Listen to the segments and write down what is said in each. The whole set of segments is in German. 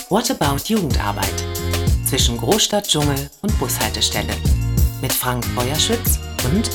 What about Jugendarbeit? Zwischen Großstadt, Dschungel und Bushaltestelle. Mit Frank Feuerschütz und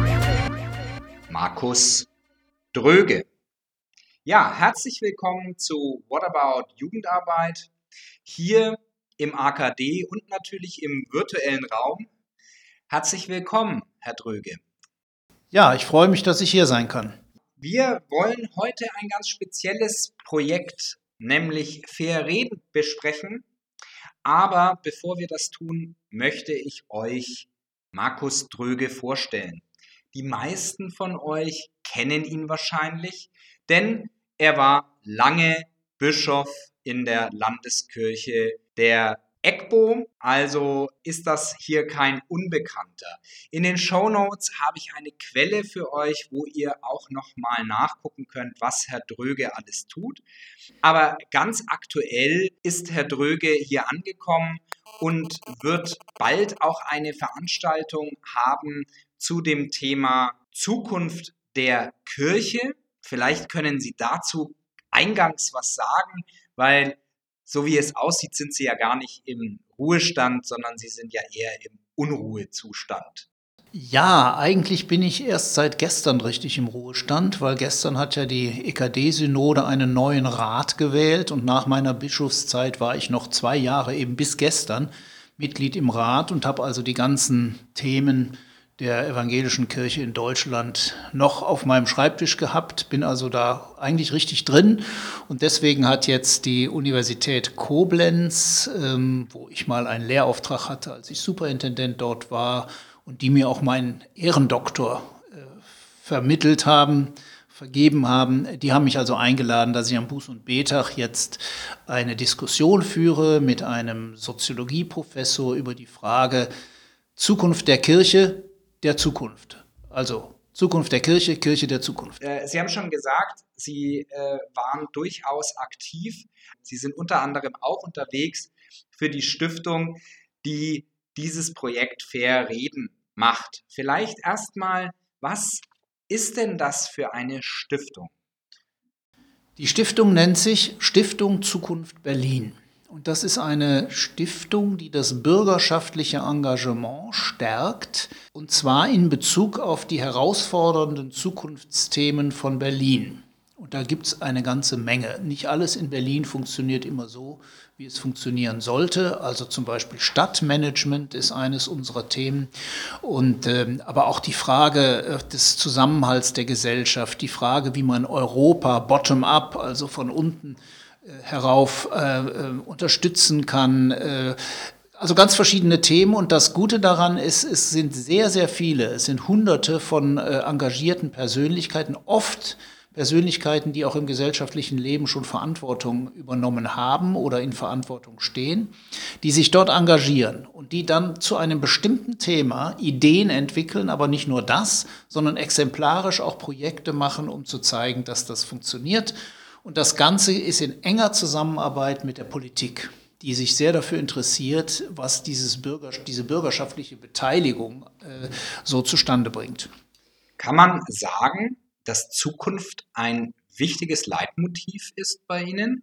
Markus Dröge. Ja, herzlich willkommen zu What about Jugendarbeit? Hier im AKD und natürlich im virtuellen Raum. Herzlich willkommen, Herr Dröge. Ja, ich freue mich, dass ich hier sein kann. Wir wollen heute ein ganz spezielles Projekt, nämlich Fair Reden, besprechen. Aber bevor wir das tun, möchte ich euch Markus Dröge vorstellen. Die meisten von euch kennen ihn wahrscheinlich, denn er war lange Bischof in der Landeskirche der EGBO, also ist das hier kein Unbekannter. In den Shownotes habe ich eine Quelle für euch, wo ihr auch nochmal nachgucken könnt, was Herr Dröge alles tut. Aber ganz aktuell ist Herr Dröge hier angekommen und wird bald auch eine Veranstaltung haben zu dem Thema Zukunft der Kirche. Vielleicht können Sie dazu eingangs was sagen, weil so wie es aussieht, sind Sie ja gar nicht im Ruhestand, sondern Sie sind ja eher im Unruhezustand. Ja, eigentlich bin ich erst seit gestern richtig im Ruhestand, weil gestern hat ja die EKD-Synode einen neuen Rat gewählt und nach meiner Bischofszeit war ich noch 2 Jahre, eben bis gestern, Mitglied im Rat und habe also die ganzen Themen der evangelischen Kirche in Deutschland noch auf meinem Schreibtisch gehabt, bin also da eigentlich richtig drin und deswegen hat jetzt die Universität Koblenz, wo ich mal einen Lehrauftrag hatte, als ich Superintendent dort war und die mir auch meinen Ehrendoktor vergeben haben, die haben mich also eingeladen, dass ich am Buß- und Betag jetzt eine Diskussion führe mit einem Soziologieprofessor über die Frage Zukunft der Kirche, der Zukunft. Also Zukunft der Kirche, Kirche der Zukunft. Sie haben schon gesagt, Sie waren durchaus aktiv. Sie sind unter anderem auch unterwegs für die Stiftung, die dieses Projekt Fair Reden macht. Vielleicht erstmal, was ist denn das für eine Stiftung? Die Stiftung nennt sich Stiftung Zukunft Berlin. Und das ist eine Stiftung, die das bürgerschaftliche Engagement stärkt, und zwar in Bezug auf die herausfordernden Zukunftsthemen von Berlin. Und da gibt es eine ganze Menge. Nicht alles in Berlin funktioniert immer so, wie es funktionieren sollte. Also zum Beispiel Stadtmanagement ist eines unserer Themen. Und, aber auch die Frage des Zusammenhalts der Gesellschaft, die Frage, wie man Europa bottom-up, also von unten herauf unterstützen kann. Also ganz verschiedene Themen und das Gute daran ist, es sind sehr, sehr viele, es sind Hunderte von engagierten Persönlichkeiten, oft Persönlichkeiten, die auch im gesellschaftlichen Leben schon Verantwortung übernommen haben oder in Verantwortung stehen, die sich dort engagieren und die dann zu einem bestimmten Thema Ideen entwickeln, aber nicht nur das, sondern exemplarisch auch Projekte machen, um zu zeigen, dass das funktioniert. Und das Ganze ist in enger Zusammenarbeit mit der Politik, die sich sehr dafür interessiert, was diese bürgerschaftliche Beteiligung so zustande bringt. Kann man sagen, dass Zukunft ein wichtiges Leitmotiv ist bei Ihnen?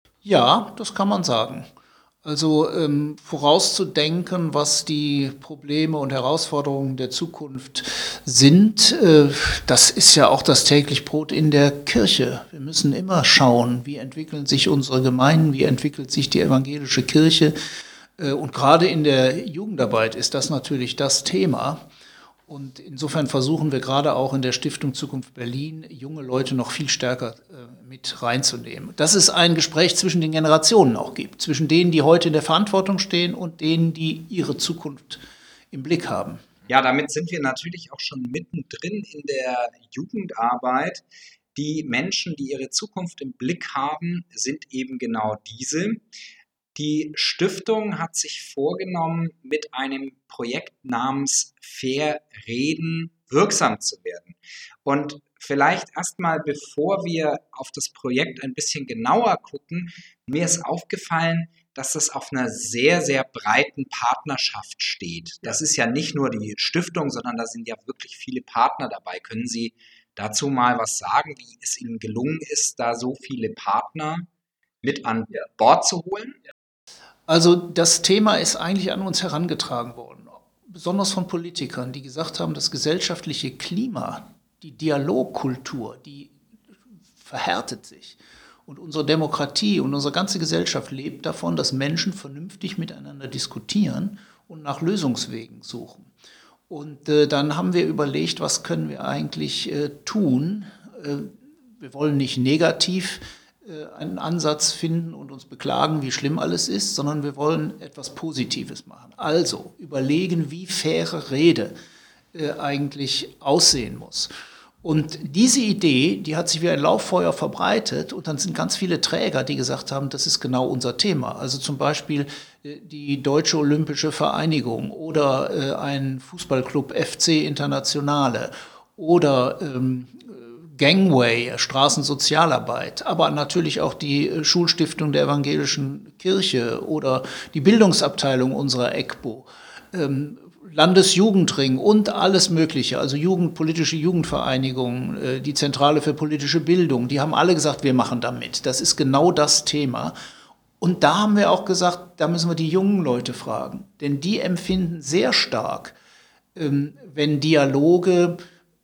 Ja, das kann man sagen. Also vorauszudenken, was die Probleme und Herausforderungen der Zukunft sind, das ist ja auch das täglich Brot in der Kirche. Wir müssen immer schauen, wie entwickeln sich unsere Gemeinden, wie entwickelt sich die evangelische Kirche. Und gerade in der Jugendarbeit ist das natürlich das Thema. Und insofern versuchen wir gerade auch in der Stiftung Zukunft Berlin, junge Leute noch viel stärker mit reinzunehmen. Dass es ein Gespräch zwischen den Generationen auch gibt, zwischen denen, die heute in der Verantwortung stehen und denen, die ihre Zukunft im Blick haben. Ja, damit sind wir natürlich auch schon mittendrin in der Jugendarbeit. Die Menschen, die ihre Zukunft im Blick haben, sind eben genau diese. Die Stiftung hat sich vorgenommen, mit einem Projekt namens Fair Reden wirksam zu werden. Und vielleicht erstmal, bevor wir auf das Projekt ein bisschen genauer gucken, mir ist aufgefallen, dass das auf einer sehr, sehr breiten Partnerschaft steht. Das ist ja nicht nur die Stiftung, sondern da sind ja wirklich viele Partner dabei. Können Sie dazu mal was sagen, wie es Ihnen gelungen ist, da so viele Partner mit an Bord zu holen? Also das Thema ist eigentlich an uns herangetragen worden, besonders von Politikern, die gesagt haben, das gesellschaftliche Klima, die Dialogkultur, die verhärtet sich. Und unsere Demokratie und unsere ganze Gesellschaft lebt davon, dass Menschen vernünftig miteinander diskutieren und nach Lösungswegen suchen. Und dann haben wir überlegt, was können wir eigentlich tun. Wir wollen nicht negativ einen Ansatz finden und uns beklagen, wie schlimm alles ist, sondern wir wollen etwas Positives machen. Also überlegen, wie faire Rede eigentlich aussehen muss. Und diese Idee, die hat sich wie ein Lauffeuer verbreitet und dann sind ganz viele Träger, die gesagt haben, das ist genau unser Thema. Also zum Beispiel die Deutsche Olympische Vereinigung oder ein Fußballclub FC Internationale oder Gangway, Straßensozialarbeit, aber natürlich auch die Schulstiftung der Evangelischen Kirche oder die Bildungsabteilung unserer EGBO, Landesjugendring und alles Mögliche, also politische Jugendvereinigungen, die Zentrale für politische Bildung, die haben alle gesagt, wir machen da mit. Das ist genau das Thema. Und da haben wir auch gesagt, da müssen wir die jungen Leute fragen, denn die empfinden sehr stark, wenn Dialoge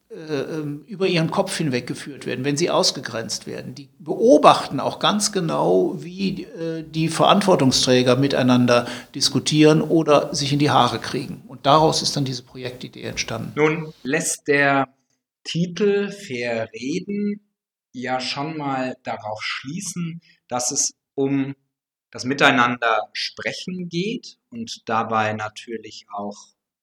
über ihren Kopf hinweg geführt werden, wenn sie ausgegrenzt werden. Die beobachten auch ganz genau, wie die Verantwortungsträger miteinander diskutieren oder sich in die Haare kriegen. Und daraus ist dann diese Projektidee entstanden. Nun lässt der Titel Fair Reden ja schon mal darauf schließen, dass es um das Miteinander sprechen geht und dabei natürlich auch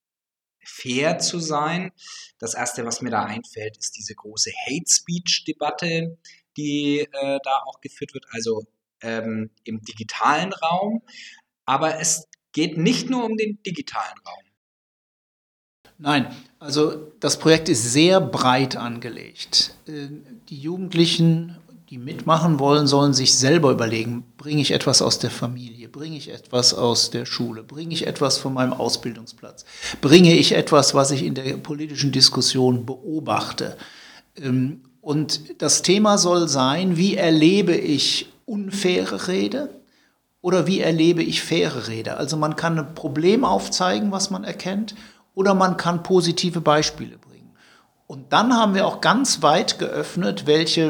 fair zu sein. Das Erste, was mir da einfällt, ist diese große Hate-Speech-Debatte, die da auch geführt wird, also im digitalen Raum. Aber es geht nicht nur um den digitalen Raum. Nein, also das Projekt ist sehr breit angelegt. Die Jugendlichen, die mitmachen wollen, sollen sich selber überlegen, bringe ich etwas aus der Familie, bringe ich etwas aus der Schule, bringe ich etwas von meinem Ausbildungsplatz, bringe ich etwas, was ich in der politischen Diskussion beobachte. Und das Thema soll sein, wie erlebe ich unfaire Rede oder wie erlebe ich faire Rede. Also man kann ein Problem aufzeigen, was man erkennt, oder man kann positive Beispiele bringen. Und dann haben wir auch ganz weit geöffnet,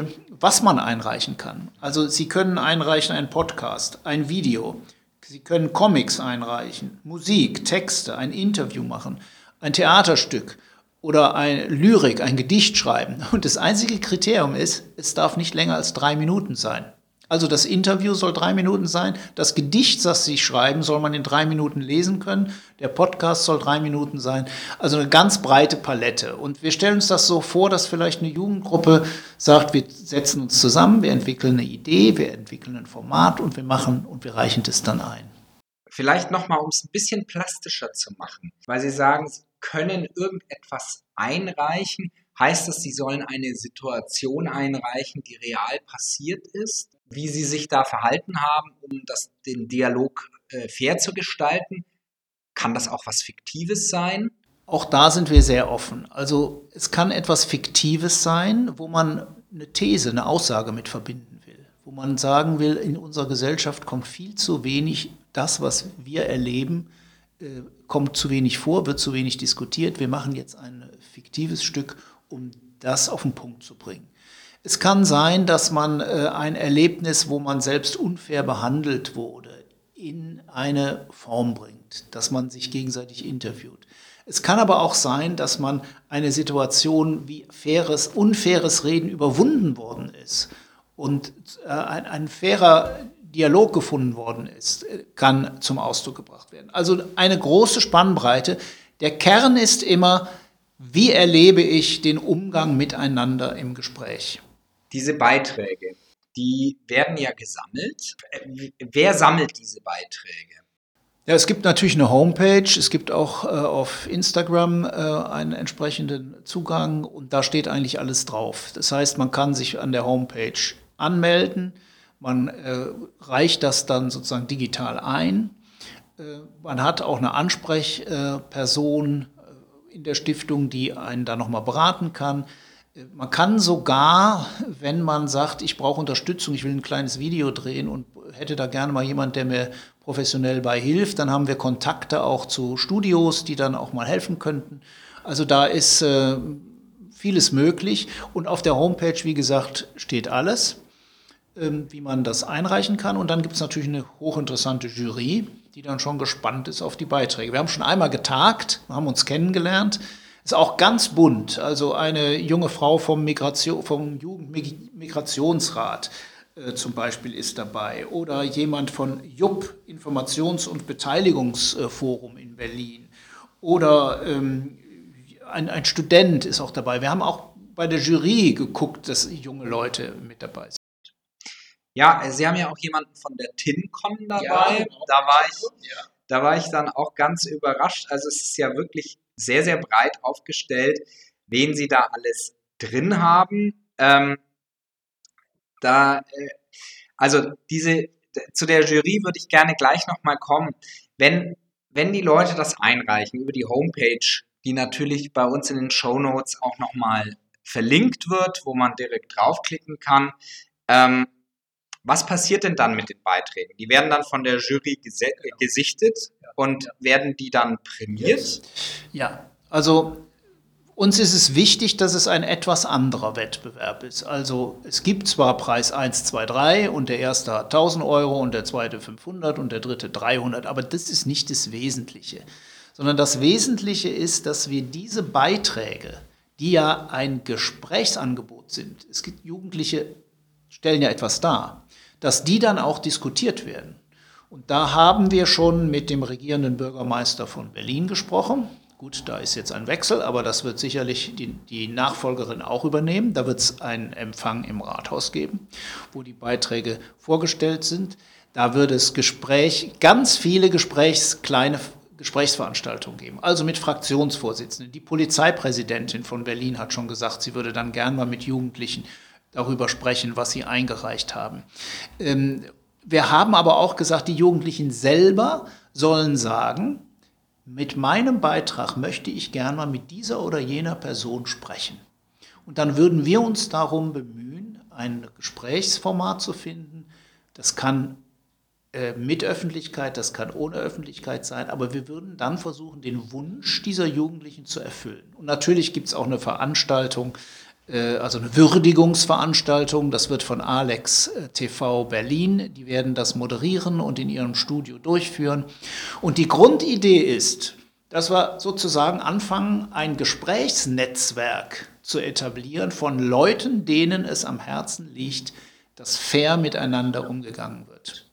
was man einreichen kann. Also Sie können einreichen einen Podcast, ein Video. Sie können Comics einreichen, Musik, Texte, ein Interview machen, ein Theaterstück oder eine Lyrik, ein Gedicht schreiben. Und das einzige Kriterium ist, es darf nicht länger als 3 Minuten sein. Also das Interview soll 3 Minuten sein, das Gedicht, das Sie schreiben, soll man in 3 Minuten lesen können, der Podcast soll 3 Minuten sein, also eine ganz breite Palette. Und wir stellen uns das so vor, dass vielleicht eine Jugendgruppe sagt, wir setzen uns zusammen, wir entwickeln eine Idee, wir entwickeln ein Format und wir reichen das dann ein. Vielleicht nochmal, um es ein bisschen plastischer zu machen, weil Sie sagen, Sie können irgendetwas einreichen, heißt das, Sie sollen eine Situation einreichen, die real passiert ist? Wie Sie sich da verhalten haben, um den Dialog fair zu gestalten. Kann das auch was Fiktives sein? Auch da sind wir sehr offen. Also es kann etwas Fiktives sein, wo man eine These, eine Aussage mit verbinden will. Wo man sagen will, in unserer Gesellschaft kommt viel zu wenig, das, was wir erleben, kommt zu wenig vor, wird zu wenig diskutiert. Wir machen jetzt ein fiktives Stück, um das auf den Punkt zu bringen. Es kann sein, dass man ein Erlebnis, wo man selbst unfair behandelt wurde, in eine Form bringt, dass man sich gegenseitig interviewt. Es kann aber auch sein, dass man eine Situation wie unfaires Reden überwunden worden ist und ein fairer Dialog gefunden worden ist, kann zum Ausdruck gebracht werden. Also eine große Spannbreite. Der Kern ist immer, wie erlebe ich den Umgang miteinander im Gespräch? Diese Beiträge, die werden ja gesammelt. Wer sammelt diese Beiträge? Ja, es gibt natürlich eine Homepage, es gibt auch auf Instagram einen entsprechenden Zugang und da steht eigentlich alles drauf. Das heißt, man kann sich an der Homepage anmelden, man reicht das dann sozusagen digital ein. Man hat auch eine Ansprechperson in der Stiftung, die einen da nochmal beraten kann. Man kann sogar, wenn man sagt, ich brauche Unterstützung, ich will ein kleines Video drehen und hätte da gerne mal jemand, der mir professionell bei hilft. Dann haben wir Kontakte auch zu Studios, die dann auch mal helfen könnten. Also da ist vieles möglich. Und auf der Homepage, wie gesagt, steht alles, wie man das einreichen kann. Und dann gibt es natürlich eine hochinteressante Jury, die dann schon gespannt ist auf die Beiträge. Wir haben schon einmal getagt, haben uns kennengelernt. Ist auch ganz bunt. Also eine junge Frau vom Jugendmigrationsrat zum Beispiel ist dabei. Oder jemand von JUB, Informations- und Beteiligungsforum in Berlin. Oder ein Student ist auch dabei. Wir haben auch bei der Jury geguckt, dass junge Leute mit dabei sind. Ja, Sie haben ja auch jemanden von der TinCon dabei. Ja, genau. Da war ich dann auch ganz überrascht. Also es ist ja wirklich sehr, sehr breit aufgestellt, wen Sie da alles drin haben. Zu der Jury würde ich gerne gleich nochmal kommen. Wenn die Leute das einreichen über die Homepage, die natürlich bei uns in den Shownotes auch nochmal verlinkt wird, wo man direkt draufklicken kann, was passiert denn dann mit den Beiträgen? Die werden dann von der Jury gesichtet und werden die dann prämiert? Ja, also uns ist es wichtig, dass es ein etwas anderer Wettbewerb ist. Also es gibt zwar Preis 1, 2, 3 und der erste hat 1.000 Euro und der zweite 500 und der dritte 300, aber das ist nicht das Wesentliche. Sondern das Wesentliche ist, dass wir diese Beiträge, die ja ein Gesprächsangebot sind, es gibt Jugendliche, stellen ja etwas dar, dass die dann auch diskutiert werden. Und da haben wir schon mit dem regierenden Bürgermeister von Berlin gesprochen. Gut, da ist jetzt ein Wechsel, aber das wird sicherlich die Nachfolgerin auch übernehmen. Da wird es einen Empfang im Rathaus geben, wo die Beiträge vorgestellt sind. Da wird es ganz viele kleine Gesprächsveranstaltungen geben, also mit Fraktionsvorsitzenden. Die Polizeipräsidentin von Berlin hat schon gesagt, sie würde dann gern mal mit Jugendlichen darüber sprechen, was sie eingereicht haben. Wir haben aber auch gesagt, die Jugendlichen selber sollen sagen, mit meinem Beitrag möchte ich gern mal mit dieser oder jener Person sprechen. Und dann würden wir uns darum bemühen, ein Gesprächsformat zu finden. Das kann mit Öffentlichkeit, das kann ohne Öffentlichkeit sein, aber wir würden dann versuchen, den Wunsch dieser Jugendlichen zu erfüllen. Und natürlich gibt es auch eine Veranstaltung, also eine Würdigungsveranstaltung, das wird von Alex TV Berlin, die werden das moderieren und in ihrem Studio durchführen. Und die Grundidee ist, dass wir sozusagen anfangen, ein Gesprächsnetzwerk zu etablieren von Leuten, denen es am Herzen liegt, dass fair miteinander umgegangen wird.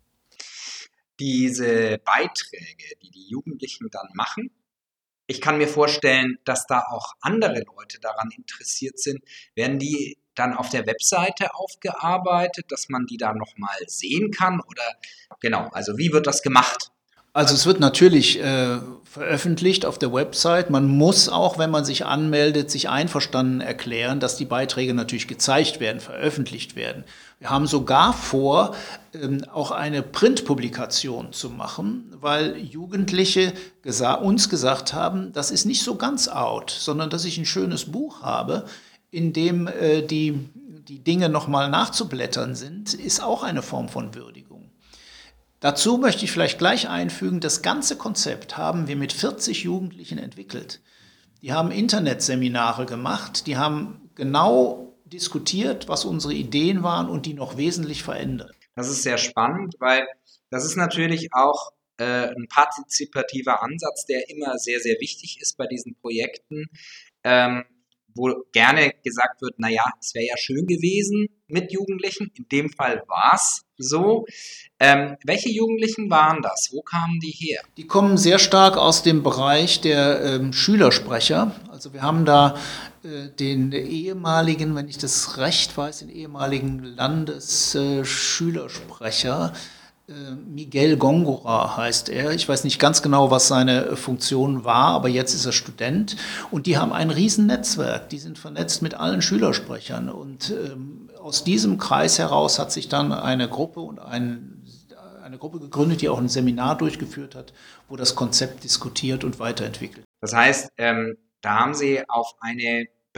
Diese Beiträge, die die Jugendlichen dann machen, ich kann mir vorstellen, dass da auch andere Leute daran interessiert sind. Werden die dann auf der Webseite aufgearbeitet, dass man die da nochmal sehen kann? Oder genau, also wie wird das gemacht? Also es wird natürlich veröffentlicht auf der Website. Man muss auch, wenn man sich anmeldet, sich einverstanden erklären, dass die Beiträge natürlich gezeigt werden, veröffentlicht werden. Wir haben sogar vor, auch eine Printpublikation zu machen, weil Jugendliche uns gesagt haben, das ist nicht so ganz out, sondern dass ich ein schönes Buch habe, in dem die Dinge nochmal nachzublättern sind, ist auch eine Form von Würdigung. Dazu möchte ich vielleicht gleich einfügen, das ganze Konzept haben wir mit 40 Jugendlichen entwickelt. Die haben Internetseminare gemacht, die haben genau diskutiert, was unsere Ideen waren und die noch wesentlich verändert. Das ist sehr spannend, weil das ist natürlich auch ein partizipativer Ansatz, der immer sehr, sehr wichtig ist bei diesen Projekten, wo gerne gesagt wird, naja, es wäre ja schön gewesen mit Jugendlichen. In dem Fall war es so. Welche Jugendlichen waren das? Wo kamen die her? Die kommen sehr stark aus dem Bereich der Schülersprecher. Also wir haben da den ehemaligen, wenn ich das recht weiß, den ehemaligen Landesschülersprecher, Miguel Góngora heißt er. Ich weiß nicht ganz genau, was seine Funktion war, aber jetzt ist er Student. Und die haben ein Riesennetzwerk. Die sind vernetzt mit allen Schülersprechern. Und aus diesem Kreis heraus hat sich dann eine Gruppe gegründet, die auch ein Seminar durchgeführt hat, wo das Konzept diskutiert und weiterentwickelt. Das heißt, da haben Sie auf eine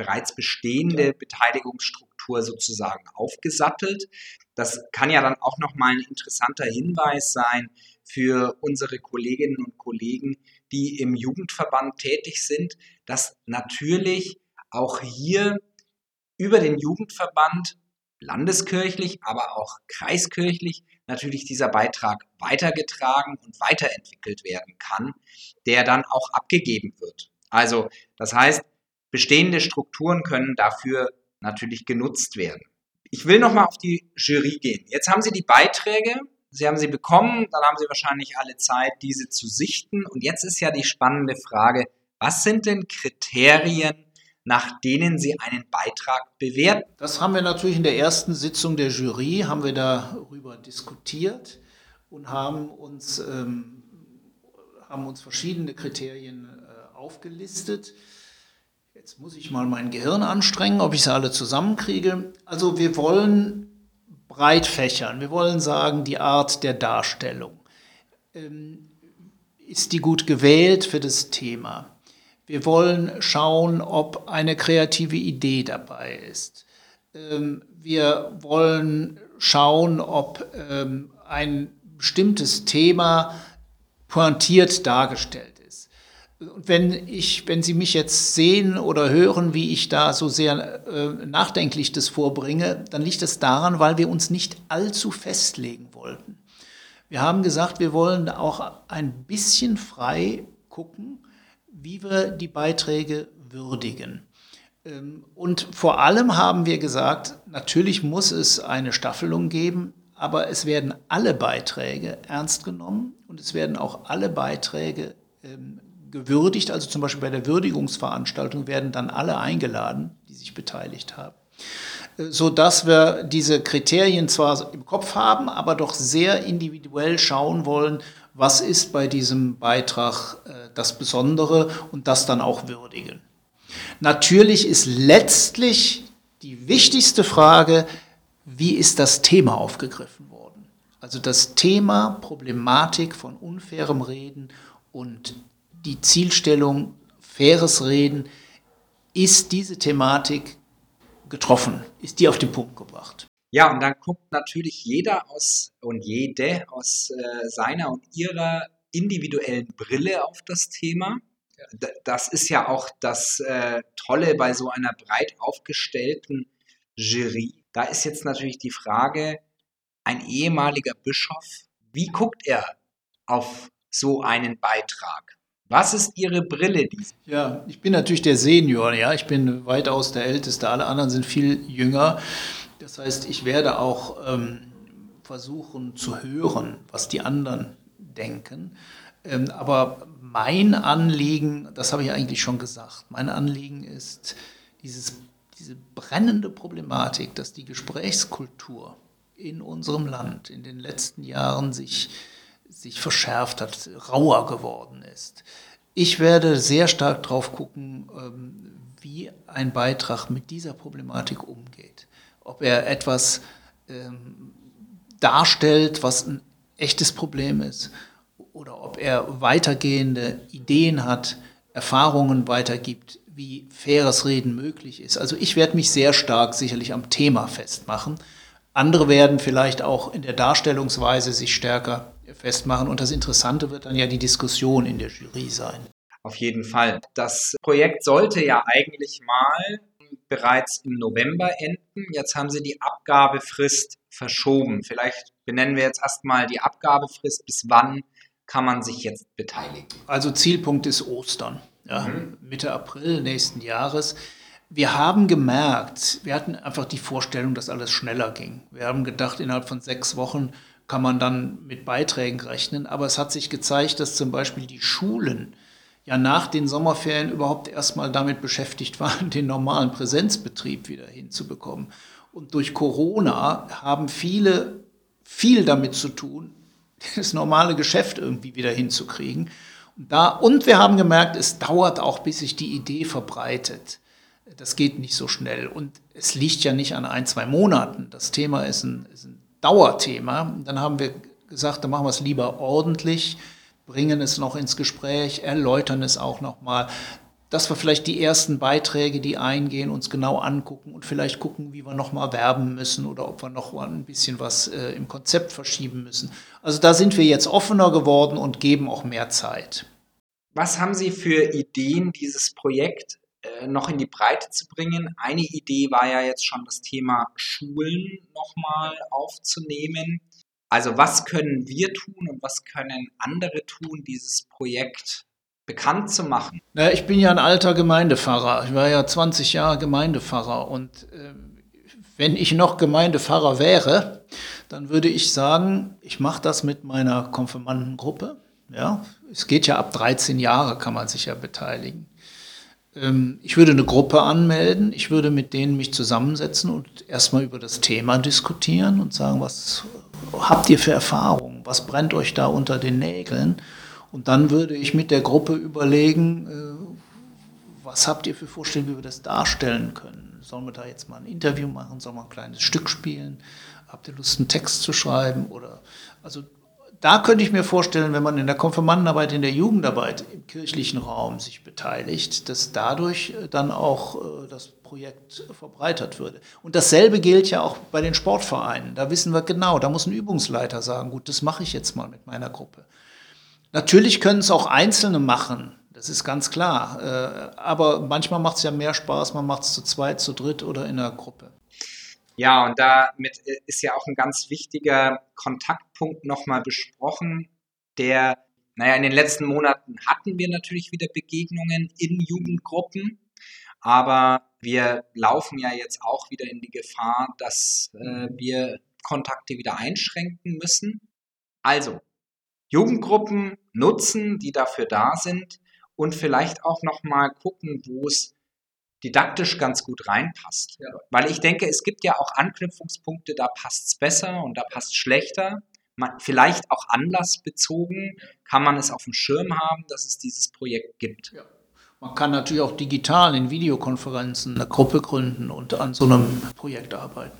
bereits bestehende Beteiligungsstruktur sozusagen aufgesattelt. Das kann ja dann auch nochmal ein interessanter Hinweis sein für unsere Kolleginnen und Kollegen, die im Jugendverband tätig sind, dass natürlich auch hier über den Jugendverband landeskirchlich, aber auch kreiskirchlich natürlich dieser Beitrag weitergetragen und weiterentwickelt werden kann, der dann auch abgegeben wird. Also das heißt, bestehende Strukturen können dafür natürlich genutzt werden. Ich will nochmal auf die Jury gehen. Jetzt haben Sie die Beiträge, Sie haben sie bekommen, dann haben Sie wahrscheinlich alle Zeit, diese zu sichten. Und jetzt ist ja die spannende Frage, was sind denn Kriterien, nach denen Sie einen Beitrag bewerten? Das haben wir natürlich in der ersten Sitzung der Jury, haben wir darüber diskutiert und haben uns verschiedene Kriterien aufgelistet. Jetzt muss ich mal mein Gehirn anstrengen, ob ich sie alle zusammenkriege. Also wir wollen breit fächern. Wir wollen sagen, die Art der Darstellung. Ist die gut gewählt für das Thema? Wir wollen schauen, ob eine kreative Idee dabei ist. Wir wollen schauen, ob ein bestimmtes Thema pointiert dargestellt ist. Und wenn Sie mich jetzt sehen oder hören, wie ich da so sehr nachdenklich das vorbringe, dann liegt es daran, weil wir uns nicht allzu festlegen wollten. Wir haben gesagt, wir wollen auch ein bisschen frei gucken, wie wir die Beiträge würdigen. Und vor allem haben wir gesagt, natürlich muss es eine Staffelung geben, aber es werden alle Beiträge ernst genommen und es werden auch alle Beiträge gewürdigt. Also zum Beispiel bei der Würdigungsveranstaltung werden dann alle eingeladen, die sich beteiligt haben, sodass wir diese Kriterien zwar im Kopf haben, aber doch sehr individuell schauen wollen, was ist bei diesem Beitrag das Besondere und das dann auch würdigen. Natürlich ist letztlich die wichtigste Frage, wie ist das Thema aufgegriffen worden? Also das Thema Problematik von unfairem Reden und die Zielstellung faires Reden, ist diese Thematik getroffen? Ist die auf den Punkt gebracht? Ja, und dann guckt natürlich jede aus seiner und ihrer individuellen Brille auf das Thema. Das ist ja auch das Tolle bei so einer breit aufgestellten Jury. Da ist jetzt natürlich die Frage, ein ehemaliger Bischof, wie guckt er auf so einen Beitrag? Was ist Ihre Brille? Ja, ich bin natürlich der Senior, ja, ich bin weitaus der Älteste, alle anderen sind viel jünger. Das heißt, ich werde auch versuchen zu hören, was die anderen denken. Aber mein Anliegen, das habe ich eigentlich schon gesagt, mein Anliegen ist diese brennende Problematik, dass die Gesprächskultur in unserem Land in den letzten Jahren sich verschärft hat, rauer geworden ist. Ich werde sehr stark drauf gucken, wie ein Beitrag mit dieser Problematik umgeht. Ob er etwas darstellt, was ein echtes Problem ist, oder ob er weitergehende Ideen hat, Erfahrungen weitergibt, wie faires Reden möglich ist. Also ich werde mich sehr stark sicherlich am Thema festmachen. Andere werden vielleicht auch in der Darstellungsweise sich stärker festmachen. Und das Interessante wird dann ja die Diskussion in der Jury sein. Auf jeden Fall. Das Projekt sollte ja eigentlich mal bereits im November enden. Jetzt haben Sie die Abgabefrist verschoben. Vielleicht benennen wir jetzt erstmal die Abgabefrist. Bis wann kann man sich jetzt beteiligen? Also Zielpunkt ist Ostern, ja, Mitte April nächsten Jahres. Wir haben gemerkt, wir hatten einfach die Vorstellung, dass alles schneller ging. Wir haben gedacht, innerhalb von 6 Wochen kann man dann mit Beiträgen rechnen. Aber es hat sich gezeigt, dass zum Beispiel die Schulen ja nach den Sommerferien überhaupt erstmal damit beschäftigt waren, den normalen Präsenzbetrieb wieder hinzubekommen. Und durch Corona haben viele viel damit zu tun, das normale Geschäft irgendwie wieder hinzukriegen. Und wir haben gemerkt, es dauert auch, bis sich die Idee verbreitet. Das geht nicht so schnell. Und es liegt ja nicht an 1-2 Monaten. Das Thema ist ein Dauerthema. Dann haben wir gesagt, dann machen wir es lieber ordentlich, bringen es noch ins Gespräch, erläutern es auch nochmal. dass wir vielleicht die ersten Beiträge, die eingehen, uns genau angucken und vielleicht gucken, wie wir nochmal werben müssen oder ob wir noch mal ein bisschen was im Konzept verschieben müssen. Also da sind wir jetzt offener geworden und geben auch mehr Zeit. Was haben Sie für Ideen, dieses Projekt noch in die Breite zu bringen? Eine Idee war ja jetzt schon das Thema Schulen nochmal aufzunehmen. Also was können wir tun und was können andere tun, dieses Projekt bekannt zu machen? Na, ich bin ja ein alter Gemeindepfarrer. Ich war ja 20 Jahre Gemeindepfarrer und wenn ich noch Gemeindepfarrer wäre, dann würde ich sagen, ich mache das mit meiner Konfirmandengruppe. Ja, es geht ja ab 13 Jahre, kann man sich ja beteiligen. Ich würde eine Gruppe anmelden, ich würde mit denen mich zusammensetzen und erstmal über das Thema diskutieren und sagen, was habt ihr für Erfahrungen, was brennt euch da unter den Nägeln? Und dann würde ich mit der Gruppe überlegen, was habt ihr für Vorstellungen, wie wir das darstellen können? Sollen wir da jetzt mal ein Interview machen, sollen wir ein kleines Stück spielen? Habt ihr Lust, einen Text zu schreiben? Also da könnte ich mir vorstellen, wenn man in der Konfirmandenarbeit, in der Jugendarbeit im kirchlichen Raum sich beteiligt, dass dadurch dann auch das Projekt verbreitert würde. Und dasselbe gilt ja auch bei den Sportvereinen. Da wissen wir genau, da muss ein Übungsleiter sagen, gut, das mache ich jetzt mal mit meiner Gruppe. Natürlich können es auch Einzelne machen, das ist ganz klar. Aber manchmal macht es ja mehr Spaß, man macht es zu zweit, zu dritt oder in einer Gruppe. Ja, und damit ist ja auch ein ganz wichtiger Kontaktpunkt nochmal besprochen, in den letzten Monaten hatten wir natürlich wieder Begegnungen in Jugendgruppen, aber wir laufen ja jetzt auch wieder in die Gefahr, dass wir Kontakte wieder einschränken müssen. Also, Jugendgruppen nutzen, die dafür da sind und vielleicht auch nochmal gucken, wo es didaktisch ganz gut reinpasst. Ja. Weil ich denke, es gibt ja auch Anknüpfungspunkte, da passt es besser und da passt es schlechter. Vielleicht auch anlassbezogen kann man es auf dem Schirm haben, dass es dieses Projekt gibt. Ja. Man kann natürlich auch digital in Videokonferenzen eine Gruppe gründen und an so einem Projekt arbeiten.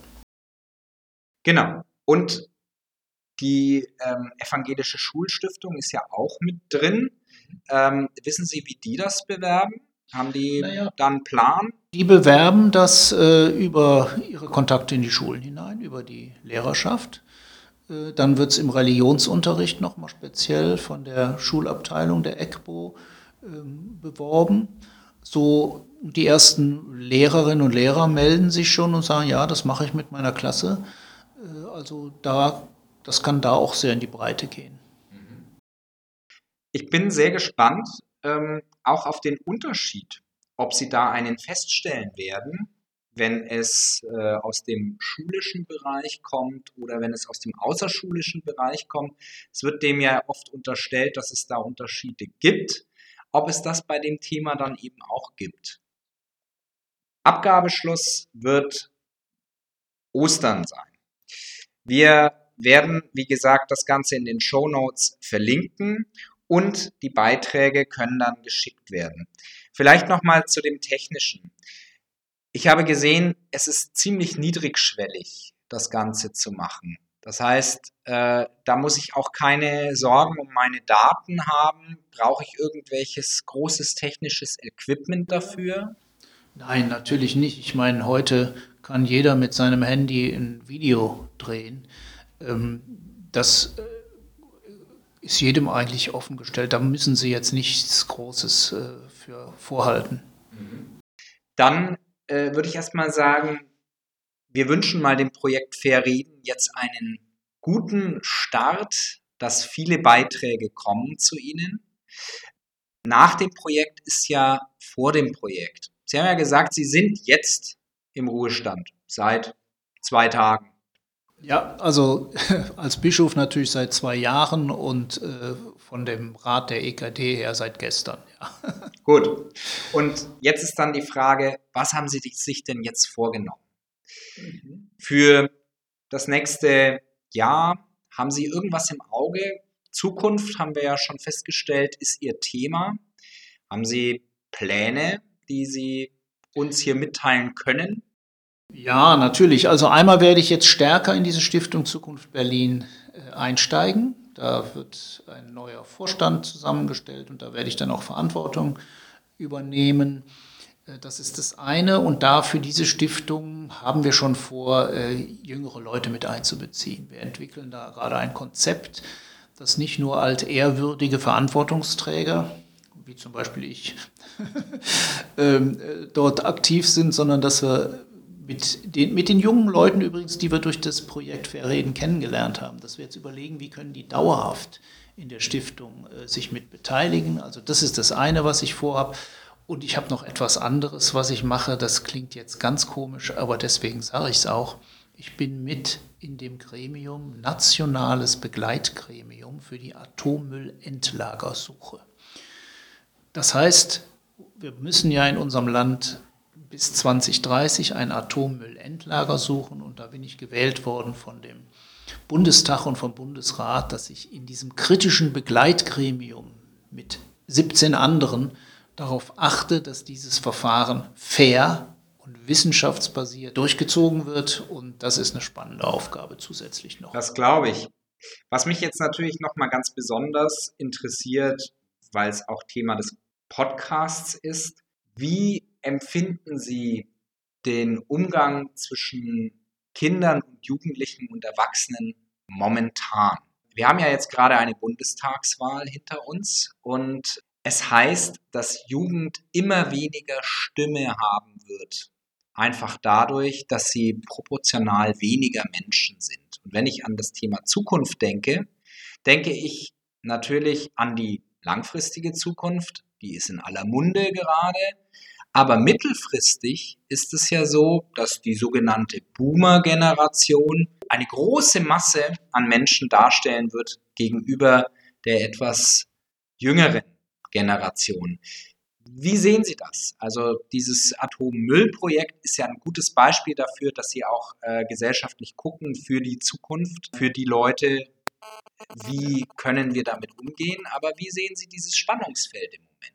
Genau. Und die Evangelische Schulstiftung ist ja auch mit drin. Wissen Sie, wie die das bewerben? Haben die dann einen Plan? Die bewerben das über ihre Kontakte in die Schulen hinein, über die Lehrerschaft. Dann wird es im Religionsunterricht nochmal speziell von der Schulabteilung der ECBO beworben. So die ersten Lehrerinnen und Lehrer melden sich schon und sagen, ja, das mache ich mit meiner Klasse. Also das kann da auch sehr in die Breite gehen. Ich bin sehr gespannt, auch auf den Unterschied, ob Sie da einen feststellen werden, wenn es aus dem schulischen Bereich kommt oder wenn es aus dem außerschulischen Bereich kommt. Es wird dem ja oft unterstellt, dass es da Unterschiede gibt, ob es das bei dem Thema dann eben auch gibt. Abgabeschluss wird Ostern sein. Wir werden, wie gesagt, das Ganze in den Shownotes verlinken und die Beiträge können dann geschickt werden. Vielleicht nochmal zu dem Technischen. Ich habe gesehen, es ist ziemlich niedrigschwellig, das Ganze zu machen. Das heißt, da muss ich auch keine Sorgen um meine Daten haben. Brauche ich irgendwelches großes technisches Equipment dafür? Nein, natürlich nicht. Ich meine, heute kann jeder mit seinem Handy ein Video drehen. Das ist jedem eigentlich offengestellt. Da müssen Sie jetzt nichts Großes für vorhalten. Dann würde ich erstmal sagen, wir wünschen mal dem Projekt Fair Reden jetzt einen guten Start, dass viele Beiträge kommen zu Ihnen. Nach dem Projekt ist ja vor dem Projekt. Sie haben ja gesagt, Sie sind jetzt im Ruhestand seit 2 Tagen. Ja, also als Bischof natürlich seit 2 Jahren und von dem Rat der EKD her seit gestern. Ja. Gut. Und jetzt ist dann die Frage, was haben Sie sich denn jetzt vorgenommen? Für das nächste Jahr haben Sie irgendwas im Auge? Zukunft, haben wir ja schon festgestellt, ist Ihr Thema. Haben Sie Pläne, die Sie uns hier mitteilen können? Ja, natürlich. Also einmal werde ich jetzt stärker in diese Stiftung Zukunft Berlin einsteigen. Da wird ein neuer Vorstand zusammengestellt und da werde ich dann auch Verantwortung übernehmen. Das ist das eine. Und da für diese Stiftung haben wir schon vor, jüngere Leute mit einzubeziehen. Wir entwickeln da gerade ein Konzept, das nicht nur altehrwürdige Verantwortungsträger, wie zum Beispiel ich, dort aktiv sind, sondern dass wir mit den jungen Leuten übrigens, die wir durch das Projekt Fair Reden kennengelernt haben, dass wir jetzt überlegen, wie können die dauerhaft in der Stiftung sich mit beteiligen. Also das ist das eine, was ich vorhabe. Und ich habe noch etwas anderes, was ich mache. Das klingt jetzt ganz komisch, aber deswegen sage ich es auch. Ich bin mit in dem Gremium, nationales Begleitgremium für die Atommüllendlagersuche. Das heißt, wir müssen ja in unserem Land bis 2030 ein Atommüllendlager suchen. Und da bin ich gewählt worden von dem Bundestag und vom Bundesrat, dass ich in diesem kritischen Begleitgremium mit 17 anderen darauf achte, dass dieses Verfahren fair und wissenschaftsbasiert durchgezogen wird. Und das ist eine spannende Aufgabe zusätzlich noch. Das glaube ich. Was mich jetzt natürlich nochmal ganz besonders interessiert, weil es auch Thema des Podcasts ist, wie empfinden Sie den Umgang zwischen Kindern und Jugendlichen und Erwachsenen momentan? Wir haben ja jetzt gerade eine Bundestagswahl hinter uns und es heißt, dass Jugend immer weniger Stimme haben wird. Einfach dadurch, dass sie proportional weniger Menschen sind. Und wenn ich an das Thema Zukunft denke, denke ich natürlich an die langfristige Zukunft. Die ist in aller Munde gerade. Aber mittelfristig ist es ja so, dass die sogenannte Boomer-Generation eine große Masse an Menschen darstellen wird gegenüber der etwas jüngeren Generation. Wie sehen Sie das? Also dieses Atommüllprojekt ist ja ein gutes Beispiel dafür, dass Sie auch gesellschaftlich gucken für die Zukunft, für die Leute, wie können wir damit umgehen, aber wie sehen Sie dieses Spannungsfeld im Moment?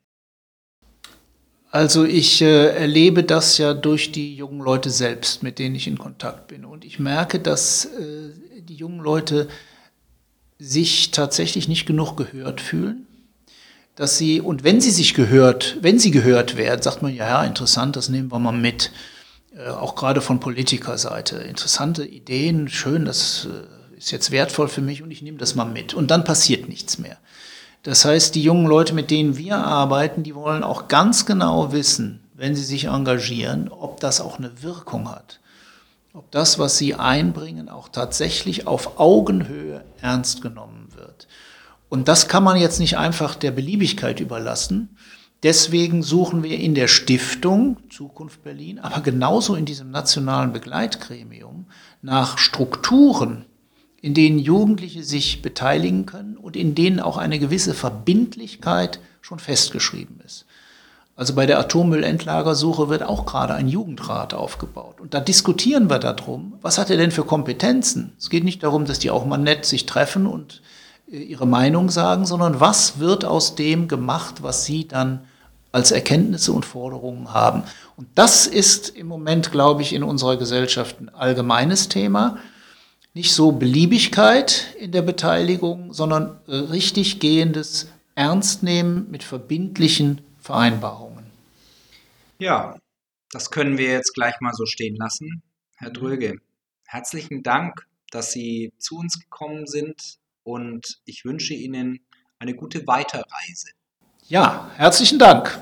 Also ich erlebe das ja durch die jungen Leute selbst, mit denen ich in Kontakt bin. Und ich merke, dass die jungen Leute sich tatsächlich nicht genug gehört fühlen. Dass sie, und wenn sie gehört werden, sagt man, ja, interessant, das nehmen wir mal mit. Auch gerade von Politikerseite. Interessante Ideen, schön, das ist jetzt wertvoll für mich und ich nehme das mal mit. Und dann passiert nichts mehr. Das heißt, die jungen Leute, mit denen wir arbeiten, die wollen auch ganz genau wissen, wenn sie sich engagieren, ob das auch eine Wirkung hat. Ob das, was sie einbringen, auch tatsächlich auf Augenhöhe ernst genommen wird. Und das kann man jetzt nicht einfach der Beliebigkeit überlassen. Deswegen suchen wir in der Stiftung Zukunft Berlin, aber genauso in diesem nationalen Begleitgremium nach Strukturen, in denen Jugendliche sich beteiligen können und in denen auch eine gewisse Verbindlichkeit schon festgeschrieben ist. Also bei der Atommüllendlagersuche wird auch gerade ein Jugendrat aufgebaut. Und da diskutieren wir darum, was hat er denn für Kompetenzen? Es geht nicht darum, dass die auch mal nett sich treffen und ihre Meinung sagen, sondern was wird aus dem gemacht, was sie dann als Erkenntnisse und Forderungen haben. Und das ist im Moment, glaube ich, in unserer Gesellschaft ein allgemeines Thema. Nicht so Beliebigkeit in der Beteiligung, sondern richtig gehendes Ernstnehmen mit verbindlichen Vereinbarungen. Ja, das können wir jetzt gleich mal so stehen lassen. Herr Dröge, herzlichen Dank, dass Sie zu uns gekommen sind. Und ich wünsche Ihnen eine gute Weiterreise. Ja, herzlichen Dank.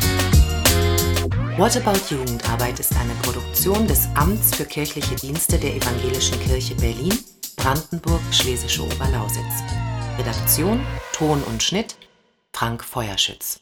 What About Jugendarbeit ist eine Produktion des Amts für kirchliche Dienste der Evangelischen Kirche Berlin, Brandenburg, Schlesische Oberlausitz. Redaktion, Ton und Schnitt, Frank Feuerschütz.